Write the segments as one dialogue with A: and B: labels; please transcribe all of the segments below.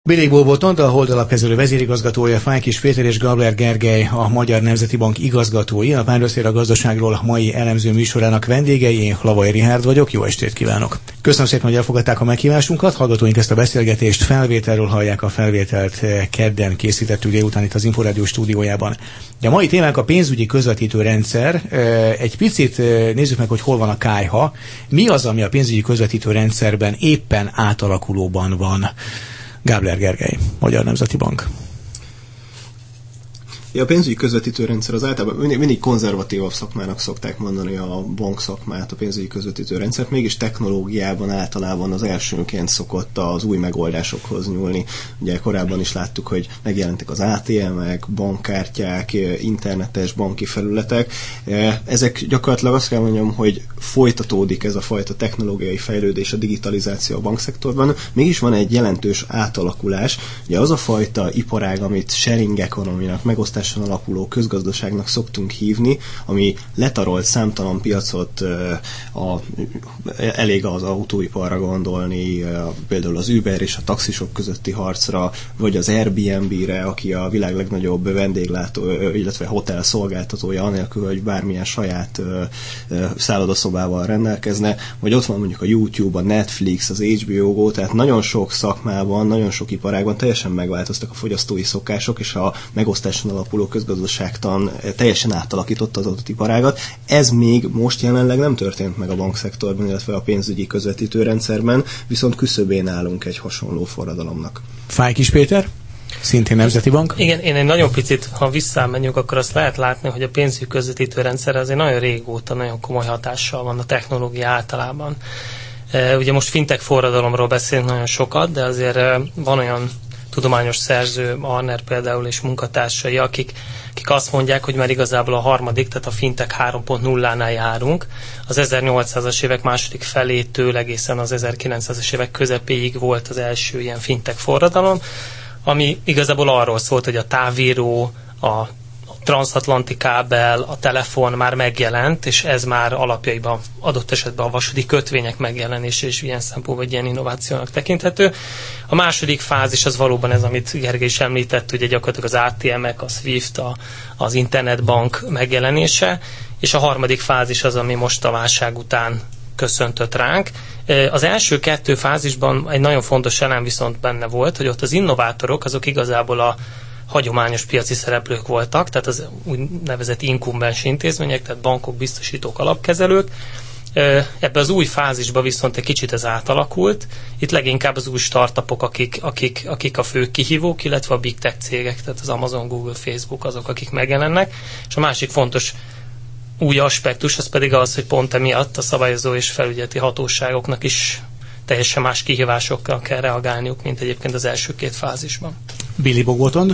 A: Billy Bobolton, a Hold alapkezelő vezérigazgatója, Fájkis Péter és Gabler Gergely, a Magyar Nemzeti Bank igazgatói, a Párbeszéd a gazdaságról mai elemző műsorának vendégei. Én Hlavai Richárd vagyok, jó estét kívánok! Köszönöm szépen, hogy elfogadták a meghívásunkat. Hallgatóink ezt a beszélgetést felvételről hallják, a felvételt kedden készítettük délután itt az Inforádió stúdiójában. De a mai témánk a pénzügyi közvetítő rendszer. Egy picit nézzük meg, hogy hol van a kályha. Mi az, ami a pénzügyi közvetítő rendszerben éppen átalakulóban van? Gabler Gergely, Magyar Nemzeti Bank.
B: A pénzügyi közvetítőrendszer az általában mindig konzervatívabb szakmának szokták mondani a bankszakmát, a pénzügyi közvetítőrendszert, mégis technológiában általában az elsőként szokott az új megoldásokhoz nyúlni. Ugye korábban is láttuk, hogy megjelentek az ATM-ek, bankkártyák, internetes banki felületek. Ezek gyakorlatilag azt kell mondjam, hogy folytatódik ez a fajta technológiai fejlődés, a digitalizáció a bankszektorban. Mégis van egy jelentős átalakulás. Ugye az a fajta iparág, amit sharing economy-nak, megosztáson alapuló közgazdaságnak szoktunk hívni, ami letarolt számtalan piacot, elég az autóiparra gondolni, például az Uber és a taxisok közötti harcra, vagy az Airbnb-re, aki a világ legnagyobb vendéglátó, illetve hotel szolgáltatója, anélkül, hogy bármilyen saját szállodaszobával rendelkezne, vagy ott van mondjuk a YouTube, a Netflix, az HBO Go, tehát nagyon sok szakmában, nagyon sok iparágban teljesen megváltoztak a fogyasztói szokások, és a megosztáson alapuló közgazdaságtan teljesen átalakította az adott iparágat. Ez még most jelenleg nem történt meg a bankszektorban, illetve a pénzügyi közvetítőrendszerben, viszont küszöbén állunk egy hasonló forradalomnak.
A: Fájkis Péter, szintén Nemzeti Bank.
C: Igen, én egy nagyon picit, ha visszamegyünk, akkor azt lehet látni, hogy a pénzügyi közvetítőrendszer azért nagyon régóta nagyon komoly hatással van a technológia általában. Ugye most fintech forradalomról beszélünk nagyon sokat, de azért van olyan tudományos szerző, Arner például és munkatársai, akik azt mondják, hogy már igazából a harmadik, tehát a fintech 3.0-nál járunk. Az 1800-as évek második felétől egészen az 1900-as évek közepéig volt az első ilyen fintech forradalom, ami igazából arról szólt, hogy a távíró, a transatlanti kábel, a telefon már megjelent, és ez már alapjaiban adott esetben a vasúti kötvények megjelenése és ilyen szempontból egy ilyen innovációnak tekinthető. A második fázis az valóban ez, amit Gergely is említett, ugye gyakorlatilag az ATM-ek, a SWIFT, az internetbank megjelenése, és a harmadik fázis az, ami most a válság után köszöntött ránk. Az első kettő fázisban egy nagyon fontos elem viszont benne volt, hogy ott az innovátorok, azok igazából a hagyományos piaci szereplők voltak, tehát az úgynevezett inkumbens intézmények, tehát bankok, biztosítók, alapkezelők. Ebbe az új fázisba viszont egy kicsit ez átalakult. Itt leginkább az új startupok, akik a fő kihívók, illetve a big tech cégek, tehát az Amazon, Google, Facebook azok, akik megjelennek. És a másik fontos új aspektus az pedig az, hogy pont emiatt a szabályozó és felügyeleti hatóságoknak is teljesen más kihívásokkal kell reagálniuk, mint egyébként az első két fázisban.
A: Billy Bobolton.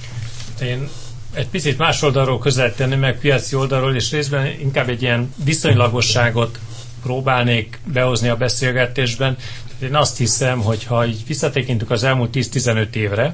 D: Én egy picit más oldalról közelíteni, meg piaci oldalról, és részben inkább egy ilyen viszonylagosságot próbálnék behozni a beszélgetésben. Én azt hiszem, hogy ha így visszatekintünk az elmúlt 10-15 évre,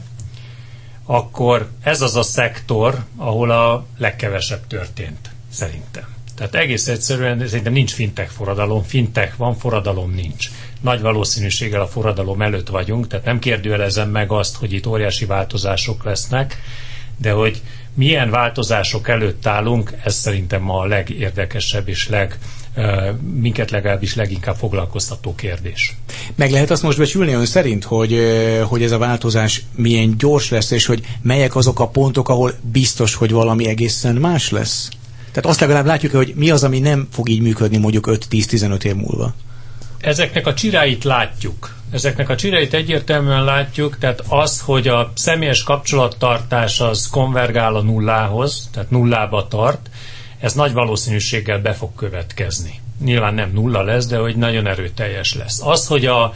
D: akkor ez az a szektor, ahol a legkevesebb történt, szerintem. Tehát egész egyszerűen szerintem nincs fintech forradalom, fintech van, forradalom nincs. Nagy valószínűséggel a forradalom előtt vagyunk, tehát nem kérdőjelezem meg azt, hogy itt óriási változások lesznek, de hogy milyen változások előtt állunk, ez szerintem ma a legérdekesebb és minket legalábbis leginkább foglalkoztató kérdés.
A: Meg lehet azt most becsülni ön szerint, hogy ez a változás milyen gyors lesz, és hogy melyek azok a pontok, ahol biztos, hogy valami egészen más lesz? Tehát azt legalább látjuk, hogy mi az, ami nem fog így működni mondjuk 5-10-15 év múlva.
D: Ezeknek a csiráit látjuk. Ezeknek a csiráit egyértelműen látjuk, tehát az, hogy a személyes kapcsolattartás az konvergál a nullához, tehát nullába tart, ez nagy valószínűséggel be fog következni. Nyilván nem nulla lesz, de hogy nagyon erőteljes lesz. Az, hogy a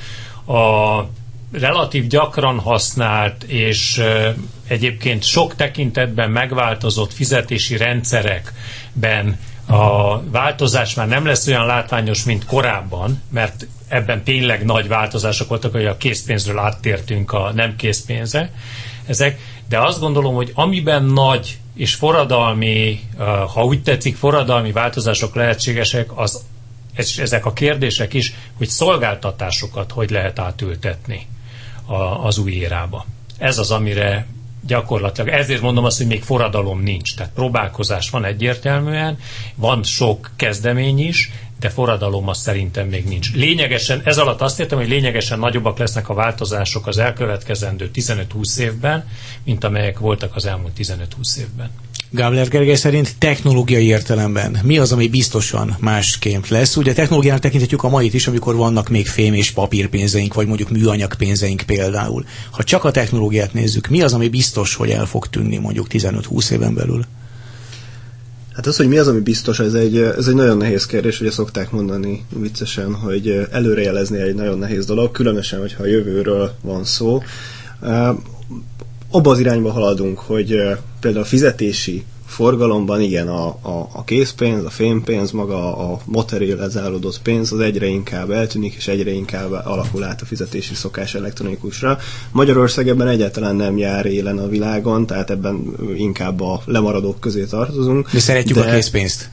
D: relatív gyakran használt és egyébként sok tekintetben megváltozott fizetési rendszerekben a változás már nem lesz olyan látványos, mint korábban, mert ebben tényleg nagy változások voltak, hogy a készpénzről áttértünk a nem készpénze. De azt gondolom, hogy amiben nagy és forradalmi, ha úgy tetszik, forradalmi változások lehetségesek, ezek a kérdések is, hogy szolgáltatásokat hogy lehet átültetni az új érába. Ez az, amire gyakorlatilag, ezért mondom azt, hogy még forradalom nincs. Tehát próbálkozás van egyértelműen, van sok kezdemény is, de forradalom az szerintem még nincs. Lényegesen, ez alatt azt értem, hogy lényegesen nagyobbak lesznek a változások az elkövetkezendő 15-20 évben, mint amelyek voltak az elmúlt 15-20 évben.
A: Gábler Gergely szerint technológiai értelemben mi az, ami biztosan másként lesz? Ugye technológiának tekinthetjük a mait is, amikor vannak még fém és papírpénzeink, vagy mondjuk műanyag pénzeink például. Ha csak a technológiát nézzük, mi az, ami biztos, hogy el fog tűnni mondjuk 15-20 éven belül?
B: Hát az, hogy mi az, ami biztos, ez egy nagyon nehéz kérdés, ugye szokták mondani viccesen, hogy előrejelezni egy nagyon nehéz dolog, különösen, hogyha a jövőről van szó. Abba az irányba haladunk, hogy például a fizetési forgalomban igen, a készpénz, a fémpénz, maga a materializálódott pénz az egyre inkább eltűnik, és egyre inkább alakul át a fizetési szokás elektronikusra. Magyarország ebben egyáltalán nem jár élen a világon, tehát ebben inkább a lemaradók közé tartozunk.
A: Mi szeretjük a készpénzt.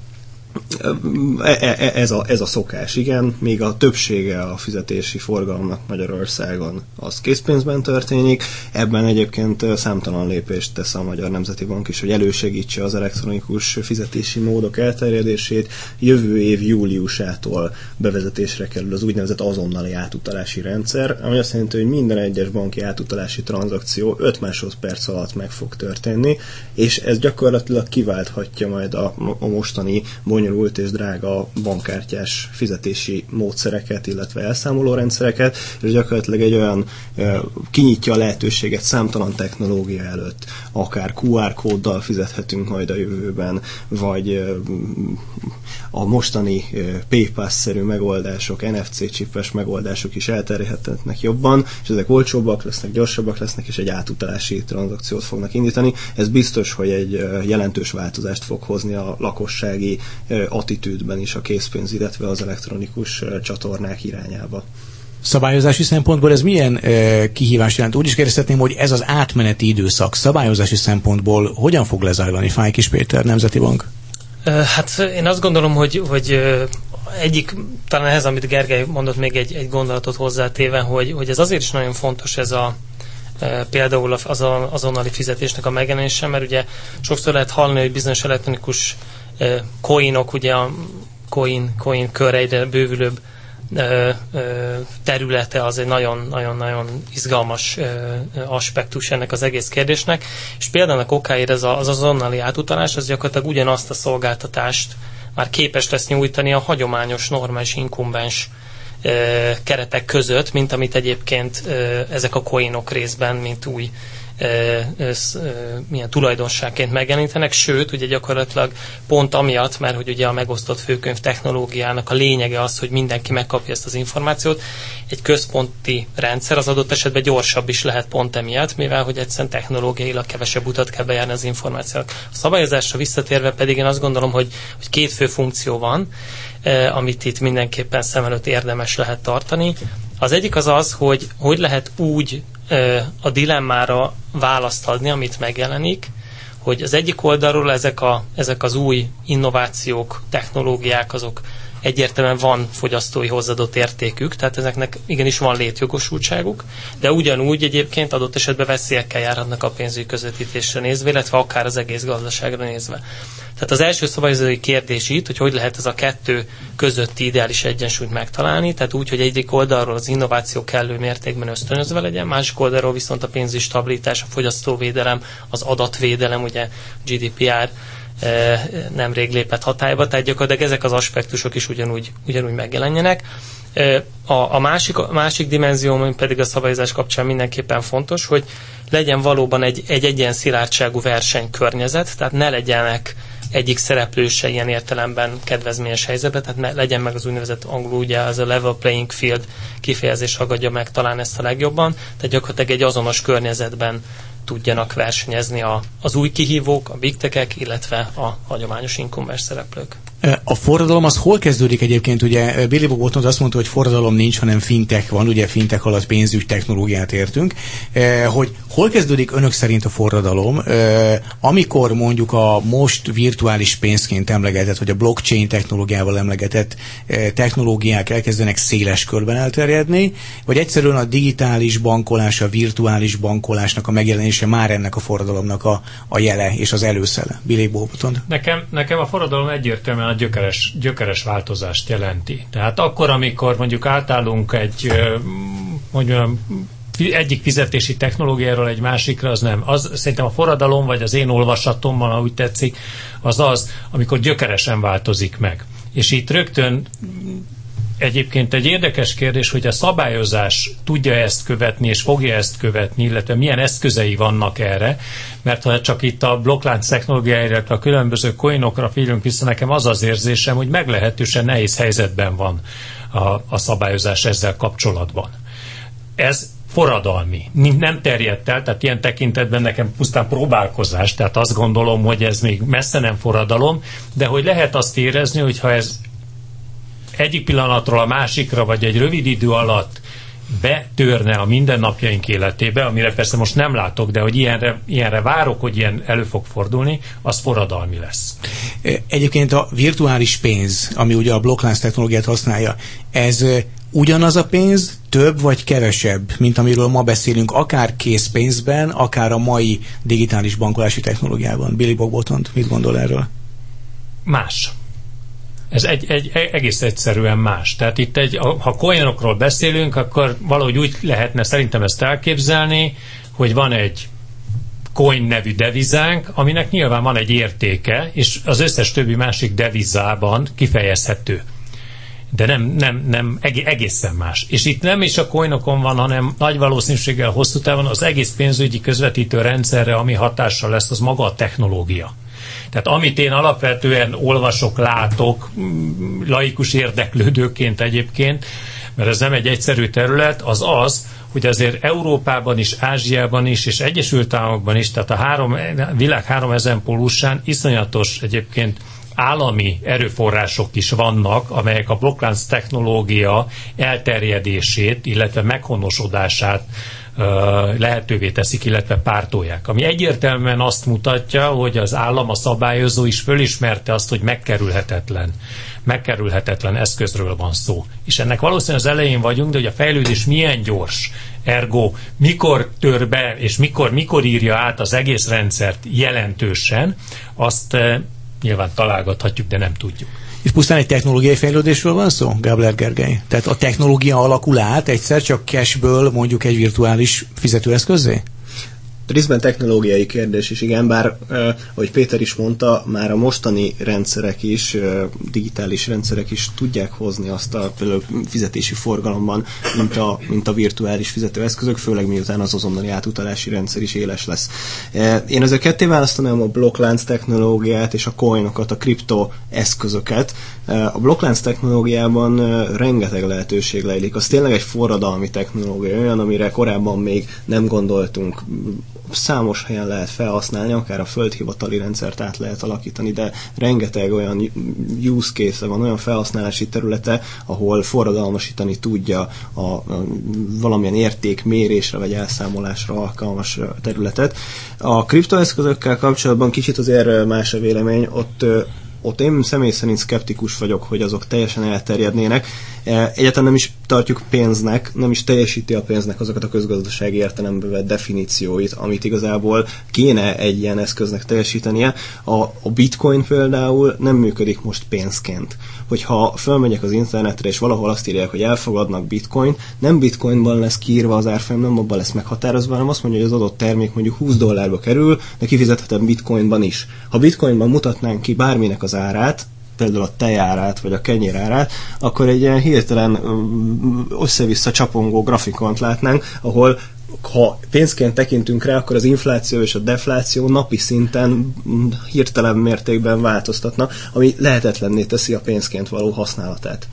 B: Ez a szokás, igen. Még a többsége a fizetési forgalomnak Magyarországon az készpénzben történik. Ebben egyébként számtalan lépést tesz a Magyar Nemzeti Bank is, hogy elősegítse az elektronikus fizetési módok elterjedését. Jövő év júliusától bevezetésre kerül az úgynevezett azonnali átutalási rendszer, ami azt jelenti, hogy minden egyes banki átutalási tranzakció 5 másodperc alatt meg fog történni, és ez gyakorlatilag kiválthatja majd a mostani bonyolult és drága bankkártyás fizetési módszereket, illetve elszámolórendszereket, és gyakorlatilag egy olyan kinyitja a lehetőséget számtalan technológia előtt. Akár QR kóddal fizethetünk majd a jövőben, vagy a mostani PayPass-szerű megoldások, NFC csipes megoldások is elterjedhetnek jobban, és ezek olcsóbbak lesznek, gyorsabbak lesznek, és egy átutalási tranzakciót fognak indítani. Ez biztos, hogy egy jelentős változást fog hozni a lakossági attitűdben is a készpénz, illetve az elektronikus csatornák irányába.
A: Szabályozási szempontból ez milyen kihívást jelent? Úgy is kérdezhetném, hogy ez az átmeneti időszak szabályozási szempontból hogyan fog lezajlani? Fájkis Péter, Nemzeti Bank.
C: Hát én azt gondolom, hogy egyik, talán ehhez, amit Gergely mondott, még egy gondolatot hozzátéve, hogy ez azért is nagyon fontos ez például az azonnali fizetésnek a megjelenése, mert ugye sokszor lehet hallani, hogy bizonyos elektronikus coinok, ugye a coin kör egyre bővülőbb területe, az egy nagyon-nagyon izgalmas aspektus ennek az egész kérdésnek, és például okáért az azonnali átutalás, az gyakorlatilag ugyanazt a szolgáltatást már képes lesz nyújtani a hagyományos, normális, inkumbens keretek között, mint amit egyébként ezek a coinok részben, mint új milyen tulajdonságként megjelenítenek, sőt, ugye gyakorlatilag pont amiatt, mert hogy ugye a megosztott főkönyv technológiának a lényege az, hogy mindenki megkapja ezt az információt, egy központi rendszer az adott esetben gyorsabb is lehet pont emiatt, mivel hogy egyszerűen technológiailag kevesebb utat kell bejárni az információnak. A szabályozásra visszatérve pedig én azt gondolom, hogy két fő funkció van, amit itt mindenképpen szem előtt érdemes lehet tartani. Az egyik az, hogy lehet úgy a dilemmára választ adni, amit megjelenik, hogy az egyik oldalról ezek az új innovációk, technológiák, azok egyértelműen van fogyasztói hozzáadott értékük, tehát ezeknek igenis van létjogosultságuk, de ugyanúgy egyébként adott esetben veszélyekkel járhatnak a pénzügyi közvetítésre nézve, illetve akár az egész gazdaságra nézve. Tehát az első szabályozói kérdés itt, hogy lehet ez a kettő közötti ideális egyensúlyt megtalálni, tehát úgy, hogy egyik oldalról az innováció kellő mértékben ösztönözve legyen, másik oldalról viszont a pénzügyi stabilitás, a fogyasztóvédelem, az adatvédelem, ugye GDPR nemrég lépett hatályba, tehát gyakorlatilag ezek az aspektusok is ugyanúgy megjelenjenek. A másik dimenzió, ami pedig a szabályozás kapcsán mindenképpen fontos, hogy legyen valóban egy egyen szilárdságú versenykörnyezet, tehát ne legyenek egyik szereplő se ilyen értelemben kedvezményes helyzetben, tehát legyen meg az úgynevezett angolul ugye az a level playing field kifejezés ragadja meg talán ezt a legjobban, tehát gyakorlatilag egy azonos környezetben tudjanak versenyezni az új kihívók, a big tech-ek, illetve a hagyományos inkumbens szereplők.
A: A forradalom az hol kezdődik egyébként? Ugye Billy Bob Bolton azt mondta, hogy forradalom nincs, hanem fintech van, ugye fintech alatt pénzügy technológiát értünk. Hogy Hol kezdődik önök szerint a forradalom, amikor mondjuk a most virtuális pénzként emlegetett, vagy a blockchain technológiával emlegetett technológiák elkezdenek széles körben elterjedni, vagy egyszerűen a digitális bankolás, a virtuális bankolásnak a megjelenése már ennek a forradalomnak a jele és az előszele? Billy Boulton.
D: Nekem a forradalom egyértelműen a gyökeres változást jelenti. Tehát akkor, amikor mondjuk átállunk egyik fizetési technológiáról egy másikra, az nem. Az szerintem a forradalom, vagy az én olvasatommal, ha úgy tetszik, az, amikor gyökeresen változik meg. És itt rögtön egyébként egy érdekes kérdés, hogy a szabályozás tudja ezt követni, és fogja ezt követni, illetve milyen eszközei vannak erre, mert ha csak itt a blokklánc technológiáira, a különböző coinokra figyelünk vissza, nekem az érzésem, hogy meglehetősen nehéz helyzetben van a szabályozás ezzel kapcsolatban. Ez forradalmi. Nem terjedt el, tehát ilyen tekintetben nekem pusztán próbálkozás, tehát azt gondolom, hogy ez még messze nem forradalom, de hogy lehet azt érezni, hogy ha ez egyik pillanatról a másikra, vagy egy rövid idő alatt betörne a mindennapjaink életébe, amire persze most nem látok, de hogy ilyenre várok, hogy ilyen elő fog fordulni, az forradalmi lesz.
A: Egyébként a virtuális pénz, ami ugye a blokklánc technológiát használja, ez ugyanaz a pénz, több vagy kevesebb, mint amiről ma beszélünk, akár készpénzben, akár a mai digitális bankolási technológiában? Billy Boulton, mit gondol erről?
D: Más. Ez egész egyszerűen más. Tehát itt ha coinokról beszélünk, akkor valahogy úgy lehetne szerintem ezt elképzelni, hogy van egy coin nevű devizánk, aminek nyilván van egy értéke, és az összes többi másik devizában kifejezhető. De nem egészen más. És itt nem is a coinokon van, hanem nagy valószínűséggel hosszú távon az egész pénzügyi közvetítő rendszerre, ami hatással lesz, az maga a technológia. Tehát amit én alapvetően olvasok, látok, laikus érdeklődőként egyébként, mert ez nem egy egyszerű terület, az, hogy azért Európában is, Ázsiában is, és Egyesült Államokban is, tehát a világ 3000 pólusán iszonyatos egyébként állami erőforrások is vannak, amelyek a blokklánc technológia elterjedését, illetve meghonosodását lehetővé teszik, illetve pártolják. Ami egyértelműen azt mutatja, hogy az állam, a szabályozó is fölismerte azt, hogy megkerülhetetlen eszközről van szó. És ennek valószínűleg az elején vagyunk, de hogy a fejlődés milyen gyors, ergo mikor tör be, és mikor írja át az egész rendszert jelentősen, azt nyilván találgathatjuk, de nem tudjuk.
A: Itt pusztán egy technológiai fejlődésről van szó, Gábler Gergely? Tehát a technológia alakul át egyszer csak cashből mondjuk egy virtuális fizetőeszközzé?
B: Részben technológiai kérdés is, igen, bár, ahogy Péter is mondta, már a mostani rendszerek is, digitális rendszerek is tudják hozni azt a például fizetési forgalomban, mint a virtuális fizetőeszközök, főleg miután az azonnali átutalási rendszer is éles lesz. Én ezzel ketté választanám a blokklánc technológiát és a coinokat, a kriptoeszközöket. A blokklánc technológiában rengeteg lehetőség lejlik. Az tényleg egy forradalmi technológia, olyan, amire korábban még nem gondoltunk. Számos helyen lehet felhasználni, akár a földhivatali rendszert át lehet alakítani, de rengeteg olyan use case van, olyan felhasználási területe, ahol forradalmasítani tudja a valamilyen értékmérésre vagy elszámolásra alkalmas területet. A kriptoeszközökkel kapcsolatban kicsit azért más a vélemény, ott én személy szerint szkeptikus vagyok, hogy azok teljesen elterjednének. Egyáltalán nem is tartjuk pénznek, nem is teljesíti a pénznek azokat a közgazdasági értelembe vett definícióit, amit igazából kéne egy ilyen eszköznek teljesítenie. A bitcoin például nem működik most pénzként. Hogyha fölmegyek az internetre, és valahol azt írják, hogy elfogadnak bitcoin, nem bitcoinban lesz kiírva az árfolyam, nem abban lesz meghatározva, hanem azt mondja, hogy az adott termék mondjuk $20 kerül, de kifizethetem bitcoinban is. Ha bitcoinban mutatnánk ki bárminek az árát, például a tejárát, vagy a kenyérárát, akkor egy ilyen hirtelen össze-vissza csapongó grafikont látnánk, ahol ha pénzként tekintünk rá, akkor az infláció és a defláció napi szinten hirtelen mértékben változtatna, ami lehetetlenné teszi a pénzként való használatát.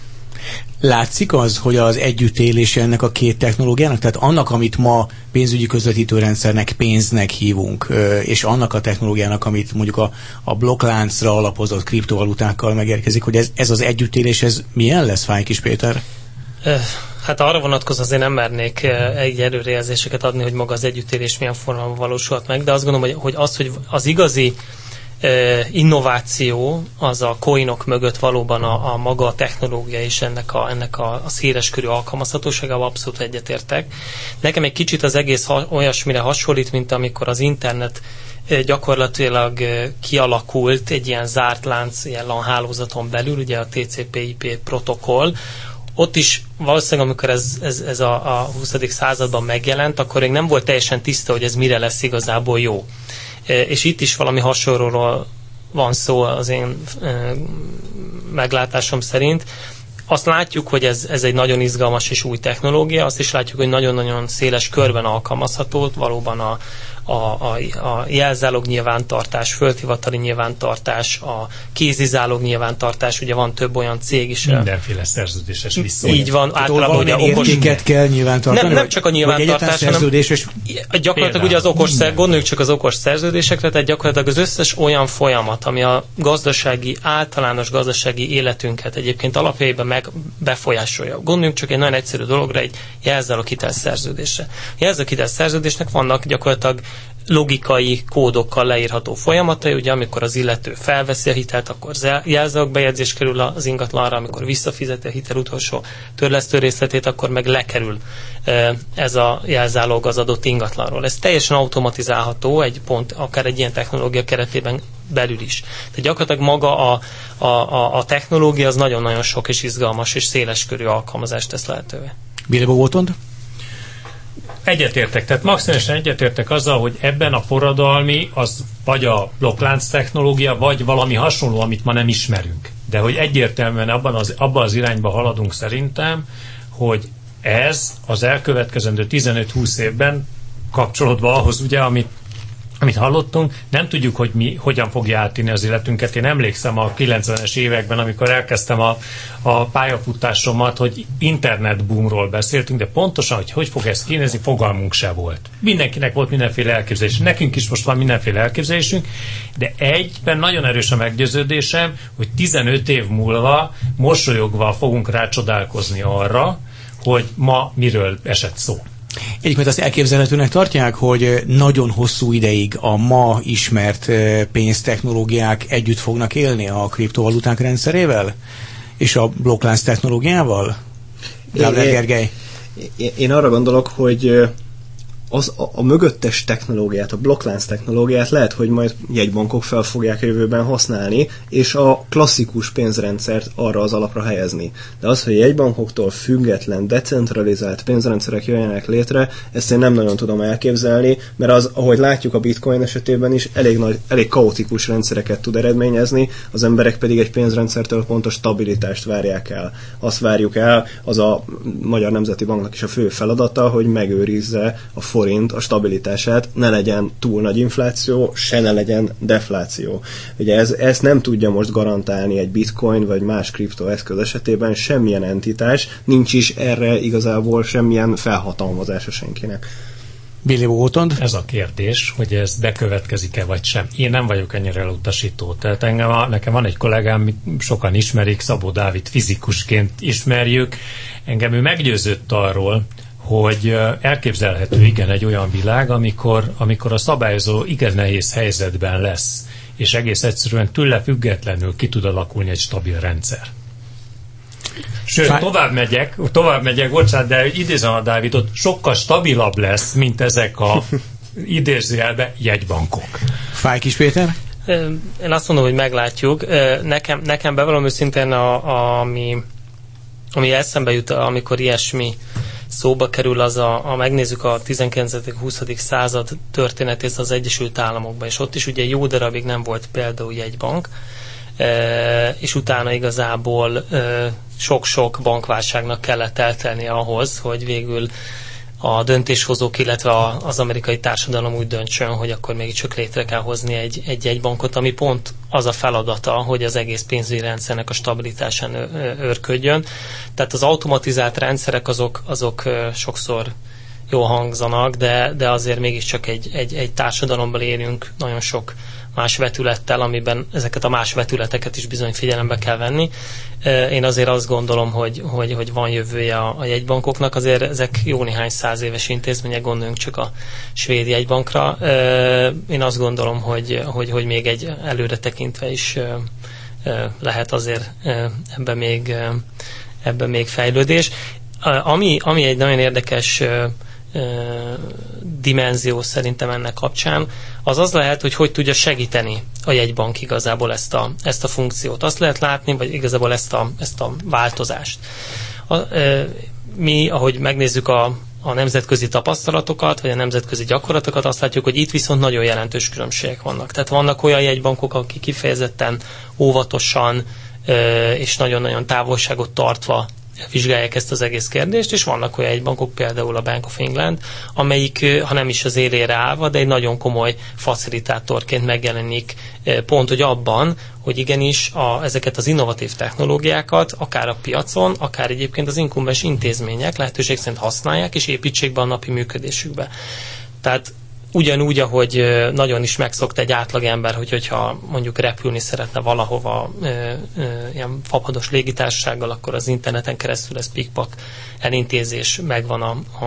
A: Látszik az, hogy az együttélése ennek a két technológiának, tehát annak, amit ma pénzügyi közvetítőrendszernek, pénznek hívunk, és annak a technológiának, amit mondjuk a blokkláncra alapozott kriptovalutákkal megérkezik, hogy ez az együttélés, ez milyen lesz, Fájkis Péter?
C: Hát arra vonatkozóan azért nem mernék egy előrejelzéseket adni, hogy maga az együttélés milyen formában valósulhat meg, de azt gondolom, hogy az igazi innováció az a coinok mögött valóban a maga a technológia és ennek a széleskörű alkalmazhatóságával abszolút egyetértek. Nekem egy kicsit az egész olyasmire hasonlít, mint amikor az internet gyakorlatilag kialakult egy ilyen zárt lánc, ilyen LAN hálózaton belül, ugye a TCP/IP protokoll. Ott is valószínűleg, amikor ez a 20. században megjelent, akkor még nem volt teljesen tiszta, hogy ez mire lesz igazából jó. És itt is valami hasonlóról van szó az én meglátásom szerint. Azt látjuk, hogy ez egy nagyon izgalmas és új technológia, azt is látjuk, hogy nagyon-nagyon széles körben alkalmazható, valóban a jelzálog nyilvántartás, földhivatali nyilvántartás, a kézizálog nyilvántartás, ugye van több olyan cég is.
D: Mindenféle szerződéses viszony.
C: Így van, általában ugye
A: okos értéket kell nyilvántartani.
C: Nem csak a nyilvántartás, hanem gyakorlatilag ugye az okos gondoljuk csak az okos szerződésekre, tehát gyakorlatilag az összes olyan folyamat, ami a általános gazdasági életünket egyébként alapjaiban befolyásolja. Gondoljunk csak egy nagyon egyszerű dologra, egy jelzáloghitel szerződésre. A jelzáloghitel szerződésnek vannak gyakorlatilag logikai kódokkal leírható folyamatai, ugye amikor az illető felveszi a hitelt, akkor jelzálog-bejegyzés kerül az ingatlanra, amikor visszafizeti a hitel utolsó törlesztő részletét, akkor meg lekerül ez a jelzálog az adott ingatlanról. Ez teljesen automatizálható akár egy ilyen technológia keretében belül is. Tehát gyakorlatilag maga a technológia az nagyon-nagyon sok és izgalmas és széleskörű alkalmazást tesz lehetővé.
A: Bilbo Botond?
D: Egyetértek, tehát maximálisan egyetértek azzal, hogy ebben a forradalmi az vagy a blokklánc technológia, vagy valami hasonló, amit ma nem ismerünk. De hogy egyértelműen abban az irányba haladunk szerintem, hogy ez az elkövetkezendő 15-20 évben kapcsolódva ahhoz, ugye, amit hallottunk, nem tudjuk, hogy hogyan fogja átírni az életünket. Én emlékszem a 90-es években, amikor elkezdtem a pályafutásomat, hogy internetboomról beszéltünk, de pontosan, hogy fog ez kinézni, fogalmunk se volt. Mindenkinek volt mindenféle elképzelés. Nekünk is most van mindenféle elképzelésünk, de egyben nagyon erős a meggyőződésem, hogy 15 év múlva mosolyogva fogunk rácsodálkozni arra, hogy ma miről esett szó.
A: Egyébként azt elképzelhetőnek tartják, hogy nagyon hosszú ideig a ma ismert pénztechnológiák együtt fognak élni a kriptovaluták rendszerével? És a blokklánc technológiával? Gergely?
B: Én arra gondolok, hogy a mögöttes technológiát, a blokklánc technológiát lehet, hogy majd jegybankok fel fogják jövőben használni, és a klasszikus pénzrendszert arra az alapra helyezni. De az, hogy jegybankoktól független, decentralizált pénzrendszerek jöjjenek létre, ezt én nem nagyon tudom elképzelni, mert az, ahogy látjuk a Bitcoin esetében is, elég kaotikus rendszereket tud eredményezni, az emberek pedig egy pénzrendszertől pontos stabilitást várják el. Azt várjuk el, az a Magyar Nemzeti Banknak is a fő feladata, hogy megőrizze a forint a stabilitását, ne legyen túl nagy infláció, se ne legyen defláció. Ugye ezt nem tudja most garantálni egy bitcoin vagy más kriptoeszköz esetében semmilyen entitás, nincs is erre igazából semmilyen felhatalmazása senkinek.
A: Billy Botond?
D: Ez a kérdés, hogy ez bekövetkezik-e vagy sem. Én nem vagyok ennyire elutasító. Tehát nekem van egy kollégám, sokan ismerik, Szabó Dávid fizikusként ismerjük. Engem ő meggyőzött arról, hogy elképzelhető igen egy olyan világ, amikor a szabályozó igen nehéz helyzetben lesz, és egész egyszerűen tőle függetlenül ki tud alakulni egy stabil rendszer. Sőt, tovább megyek, bocsánat, de idézem a Dávidot, sokkal stabilabb lesz, mint ezek a idézőjelbe jegybankok.
A: Fájkis Péter?
C: Én azt mondom, hogy meglátjuk. Nekem bevallom őszintén, ami eszembe jut, amikor ilyesmi szóba kerül, az megnézzük a 19.-20. század történetét az Egyesült Államokban, és ott is ugye jó darabig nem volt például jegybank, és utána igazából sok-sok bankválságnak kellett eltelnie ahhoz, hogy végül a döntéshozók, illetve az amerikai társadalom úgy döntsön, hogy akkor mégiscsak létre kell hozni egy jegybankot, ami pont az a feladata, hogy az egész pénzügyi rendszernek a stabilitásán őrködjön. Tehát az automatizált rendszerek azok sokszor jól hangzanak, de azért mégiscsak egy társadalomban élünk nagyon sok más vetülettel, amiben ezeket a más vetületeket is bizony figyelembe kell venni. Én azért azt gondolom, hogy van jövője a jegybankoknak, azért ezek jó néhány 100 éves intézmények, gondoljunk csak a svéd jegybankra. Én azt gondolom, hogy még egy előre tekintve is lehet azért ebben még fejlődés. Ami egy nagyon érdekes dimenzió szerintem ennek kapcsán, az lehet, hogy tudja segíteni a jegybank igazából ezt a funkciót. Azt lehet látni, vagy igazából ezt a változást. Mi, ahogy megnézzük a nemzetközi tapasztalatokat, vagy a nemzetközi gyakorlatokat, azt látjuk, hogy itt viszont nagyon jelentős különbségek vannak. Tehát vannak olyan jegybankok, akik kifejezetten óvatosan és nagyon-nagyon távolságot tartva vizsgálják ezt az egész kérdést, és vannak olyan jegybankok, például a Bank of England, amelyik, ha nem is az élére állva, de egy nagyon komoly facilitátorként megjelenik pont, hogy abban, hogy igenis ezeket az innovatív technológiákat akár a piacon, akár egyébként az inkumbens intézmények lehetőség szerint használják, és építsék be a napi működésükbe. Tehát ugyanúgy, ahogy nagyon is megszokta egy átlagember, hogyha mondjuk repülni szeretne valahova ilyen fapados légitársasággal, akkor az interneten keresztül ez pikpak elintézés, megvan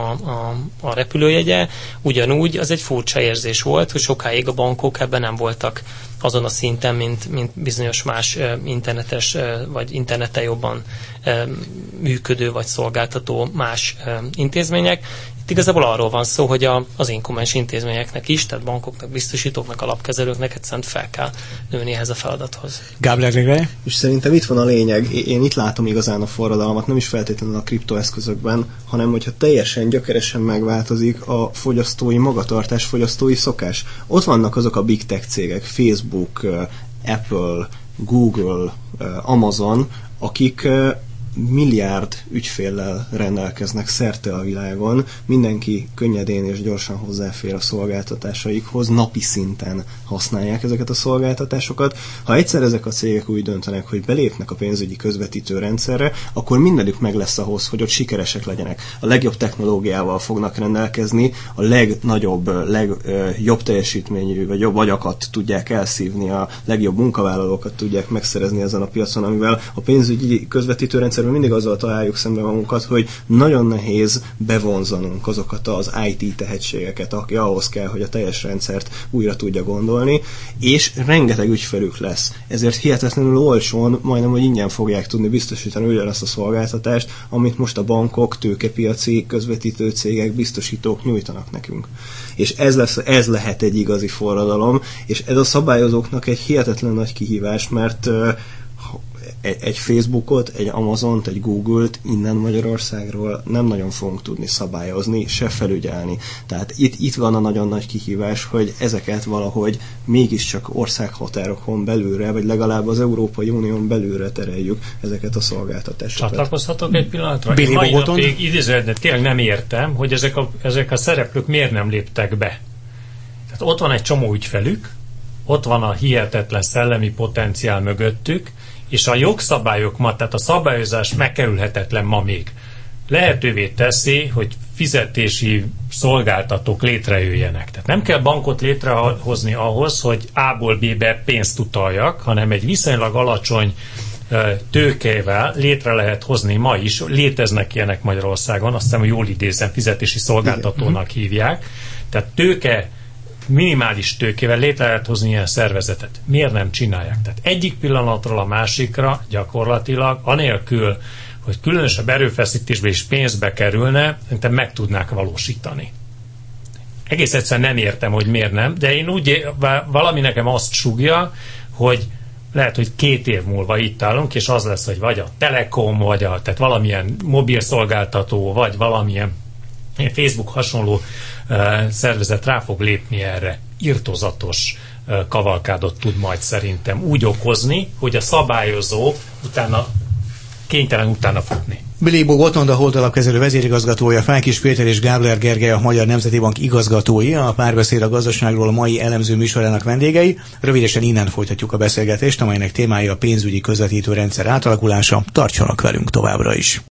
C: a repülőjegye. Ugyanúgy az egy furcsa érzés volt, hogy sokáig a bankok ebben nem voltak azon a szinten, mint bizonyos más internetes vagy interneten jobban működő vagy szolgáltató más intézmények. Itt igazából arról van szó, hogy az inkumbens intézményeknek is, tehát bankoknak, biztosítóknak, alapkezelőknek egyszerűen fel kell nőni ehhez a feladathoz.
A: Gábler.
B: És szerintem itt van a lényeg. Én itt látom igazán a forradalmat, nem is feltétlenül a kriptoeszközökben, hanem hogyha teljesen gyökeresen megváltozik a fogyasztói magatartás, fogyasztói szokás. Ott vannak azok a big tech cégek, Facebook, Apple, Google, Amazon, akik milliárd ügyféllel rendelkeznek szerte a világon, mindenki könnyedén és gyorsan hozzáfér a szolgáltatásaikhoz, napi szinten használják ezeket a szolgáltatásokat. Ha egyszer ezek a cégek úgy döntenek, hogy belépnek a pénzügyi közvetítő rendszerre, akkor mindenük meg lesz ahhoz, hogy ott sikeresek legyenek. A legjobb technológiával fognak rendelkezni, a legnagyobb, legjobb teljesítményű, vagy jobb agyakat tudják elszívni, a legjobb munkavállalókat tudják megszerezni ezen a piacon, amivel a pénzügyi közvetítő rendszer mindig azzal találjuk szemben magunkat, hogy nagyon nehéz bevonzanunk azokat az IT tehetségeket, aki ahhoz kell, hogy a teljes rendszert újra tudja gondolni, és rengeteg ügyfelük lesz. Ezért hihetetlenül olcsón, majdnem, hogy ingyen fogják tudni biztosítani ugyanazt a szolgáltatást, amit most a bankok, tőkepiaci közvetítő cégek, biztosítók nyújtanak nekünk. És ez lehet egy igazi forradalom, és ez a szabályozóknak egy hihetetlen nagy kihívás, mert egy Facebookot, egy Amazont, egy Google-t innen Magyarországról nem nagyon fogunk tudni szabályozni, se felügyelni. Tehát itt van a nagyon nagy kihívás, hogy ezeket valahogy mégiscsak országhatárokon belülre, vagy legalább az Európai Unión belülre tereljük ezeket a szolgáltatásokat.
D: Csatlakozhatok egy pillanatra? Én mai napig idézőjelben tényleg nem értem, hogy ezek a szereplők miért nem léptek be. Tehát ott van egy csomó ügyfelük, ott van a hihetetlen szellemi potenciál mögöttük, és a jogszabályok ma, tehát a szabályozás megkerülhetetlen ma még. Lehetővé teszi, hogy fizetési szolgáltatók létrejöjjenek. Tehát nem kell bankot létrehozni ahhoz, hogy A-ból B-be pénzt utaljak, hanem egy viszonylag alacsony tőkével létre lehet hozni ma is. Léteznek ilyenek Magyarországon, azt hiszem, hogy jól idézem, fizetési szolgáltatónak hívják. Tehát minimális tőkével létre lehet hozni ilyen szervezetet. Miért nem csinálják? Tehát egyik pillanatról a másikra gyakorlatilag, anélkül, hogy különösebb erőfeszítésbe és pénzbe kerülne, szerintem meg tudnák valósítani. Egész egyszerűen nem értem, hogy miért nem, de én valami nekem azt sugja, hogy lehet, hogy 2 év múlva itt állunk, és az lesz, hogy vagy a Telekom, vagy tehát valamilyen mobil szolgáltató, vagy valamilyen Facebook hasonló szervezet rá fog lépni erre. Irtózatos kavalkádot tud majd szerintem úgy okozni, hogy a szabályozó kénytelen utána futni.
A: Billy Botond, a Hold alapkezelő vezérigazgatója, Fákis Péter és Gábler Gergely, a Magyar Nemzeti Bank igazgatói, a Párbeszéd a gazdaságról a mai elemző műsorának vendégei. Rövidesen innen folytatjuk a beszélgetést, amelynek témája a pénzügyi közvetítő rendszer átalakulása. Tartsanak velünk továbbra is!